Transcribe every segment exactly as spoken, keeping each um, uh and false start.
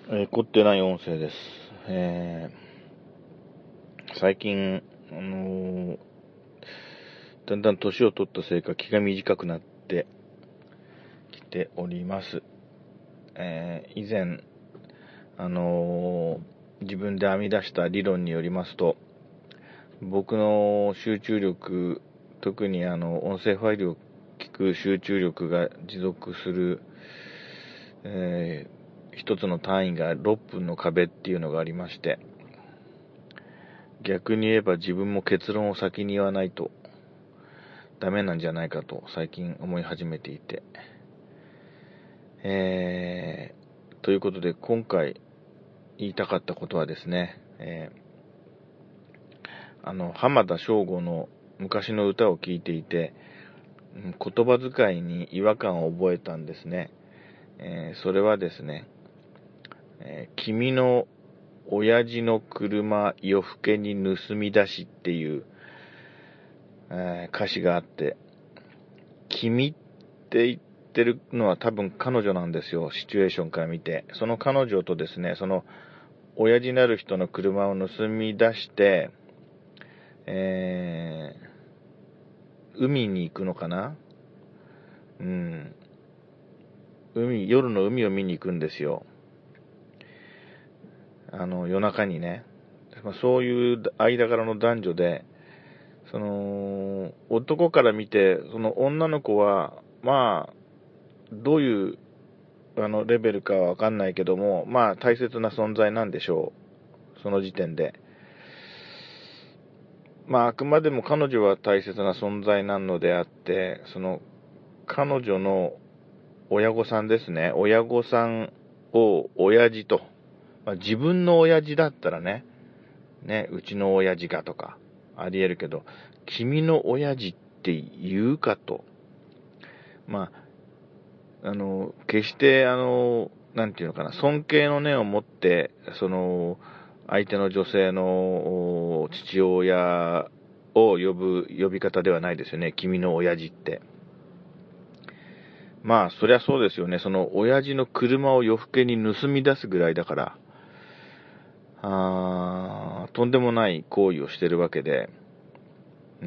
えー、凝ってない音声です。えー、最近、あのー、だんだん年を取ったせいか気が短くなってきております。えー、以前、あのー、自分で編み出した理論によりますと、僕の集中力、特にあの音声ファイルを聞く集中力が持続する、えー、一つの単位がろっぷんの壁っていうのがありまして、逆に言えば自分も結論を先に言わないとダメなんじゃないかと最近思い始めていて、えー、ということで今回言いたかったことはですね、えー、あの浜田省吾の昔の歌を聴いていて、言葉遣いに違和感を覚えたんですね。えー、それはですね、えー、君の親父の車夜更けに盗み出しっていう、えー、歌詞があって、君って言ってるのは多分彼女なんですよ、シチュエーションから見て。その彼女とですね、その親父なる人の車を盗み出して、えー、海に行くのかな。うん。海、夜の海を見に行くんですよ。あの、夜中にね。そういう間柄の男女で、その、男から見て、その女の子は、まあ、どういうあのレベルかはわかんないけども、まあ大切な存在なんでしょう。その時点で。まああくまでも彼女は大切な存在なのであって、その彼女の親御さんですね。親御さんを親父と。まあ、自分の親父だったらね、ね、うちの親父がとかあり得るけど、君の親父って言うかと。まあ、あの、決してあの、なんていうのかな、尊敬の念を持って、その、相手の女性の父親を呼ぶ呼び方ではないですよね。君の親父って。まあ、そりゃそうですよね。その、親父の車を夜更けに盗み出すぐらいだから、あー、とんでもない行為をしてるわけで、うん。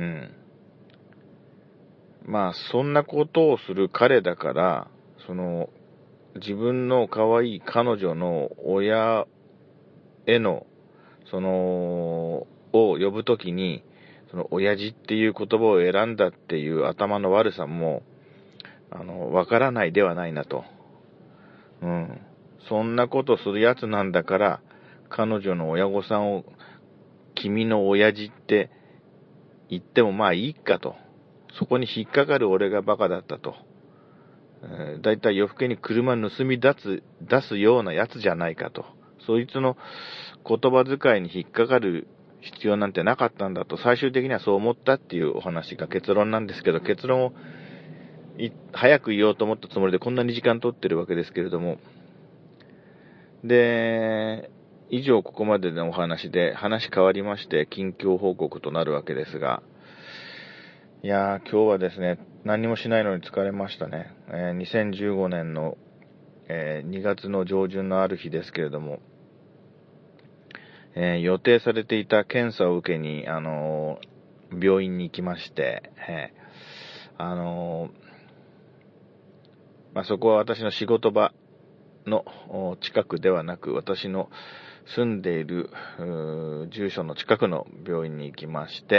まあ、そんなことをする彼だから、その、自分の可愛い彼女の親への、その、を呼ぶときに、その、親父っていう言葉を選んだっていう頭の悪さも、あの、わからないではないなと。うん。そんなことするやつなんだから、彼女の親御さんを、君の親父って言ってもまあいいかと。そこに引っかかる俺がバカだったと。えー、だいたい夜更けに車盗み出す、出すようなやつじゃないかと。そいつの言葉遣いに引っかかる必要なんてなかったんだと、最終的にはそう思ったっていうお話が結論なんですけど、結論を早く言おうと思ったつもりでこんなに時間取ってるわけですけれども、で、以上ここまでのお話で、話変わりまして近況報告となるわけですが、いやー、今日はですね、何もしないのに疲れましたね。えー、にせんじゅうごねんの、えー、にがつの上旬のある日ですけれども、えー、予定されていた検査を受けに、あのー、病院に行きまして、えー、あのー、まあ、そこは私の仕事場の近くではなく、私の住んでいる住所の近くの病院に行きまして、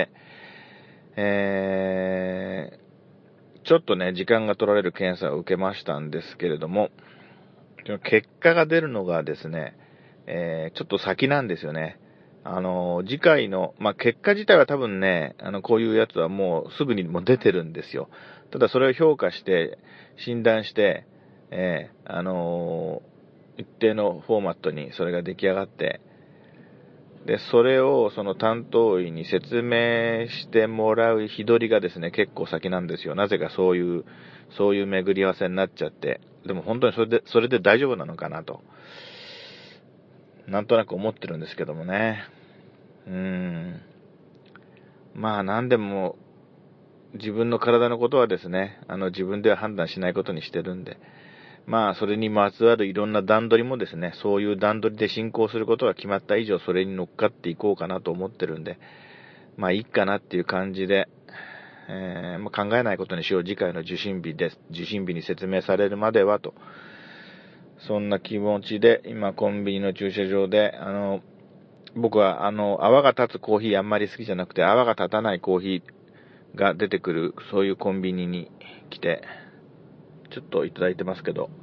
えー、ちょっとね、時間が取られる検査を受けましたんですけれども、結果が出るのがですね、えー、ちょっと先なんですよね。あの、次回の、まあ、結果自体は多分ね、あの、こういうやつはもうすぐにもう出てるんですよ。ただそれを評価して、診断して、えー、あのー、一定のフォーマットにそれが出来上がって、で、それをその担当医に説明してもらう日取りがですね、結構先なんですよ。なぜかそういう、そういう巡り合わせになっちゃって。でも本当にそれで、それで大丈夫なのかなと。なんとなく思ってるんですけどもね。うーん。まあ何でも、自分の体のことはですね、あの自分では判断しないことにしてるんで、 まあ、それにまつわるいろんな段取りもですね、そういう段取りで進行することが決まった以上、それに乗っかっていこうかなと思ってるんで、まあ、いいかなっていう感じで、えーまあ、考えないことにしよう。次回の受信日です。受信日に説明されるまではと。そんな気持ちで、今、コンビニの駐車場で、あの、僕は、あの、泡が立つコーヒーあんまり好きじゃなくて、泡が立たないコーヒーが出てくる、そういうコンビニに来て、ちょっといただいてますけど、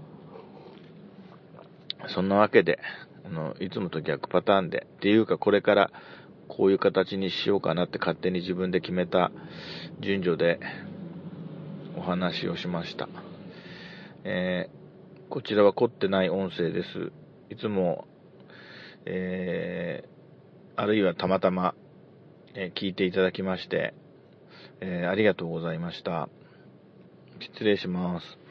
そんなわけで、あの、いつもと逆パターンで、っていうかこれからこういう形にしようかなって勝手に自分で決めた順序でお話をしました。えー、こちらは凝ってない音声です。いつも、えー、あるいはたまたま、えー、聞いていただきまして、えー、ありがとうございました。失礼します。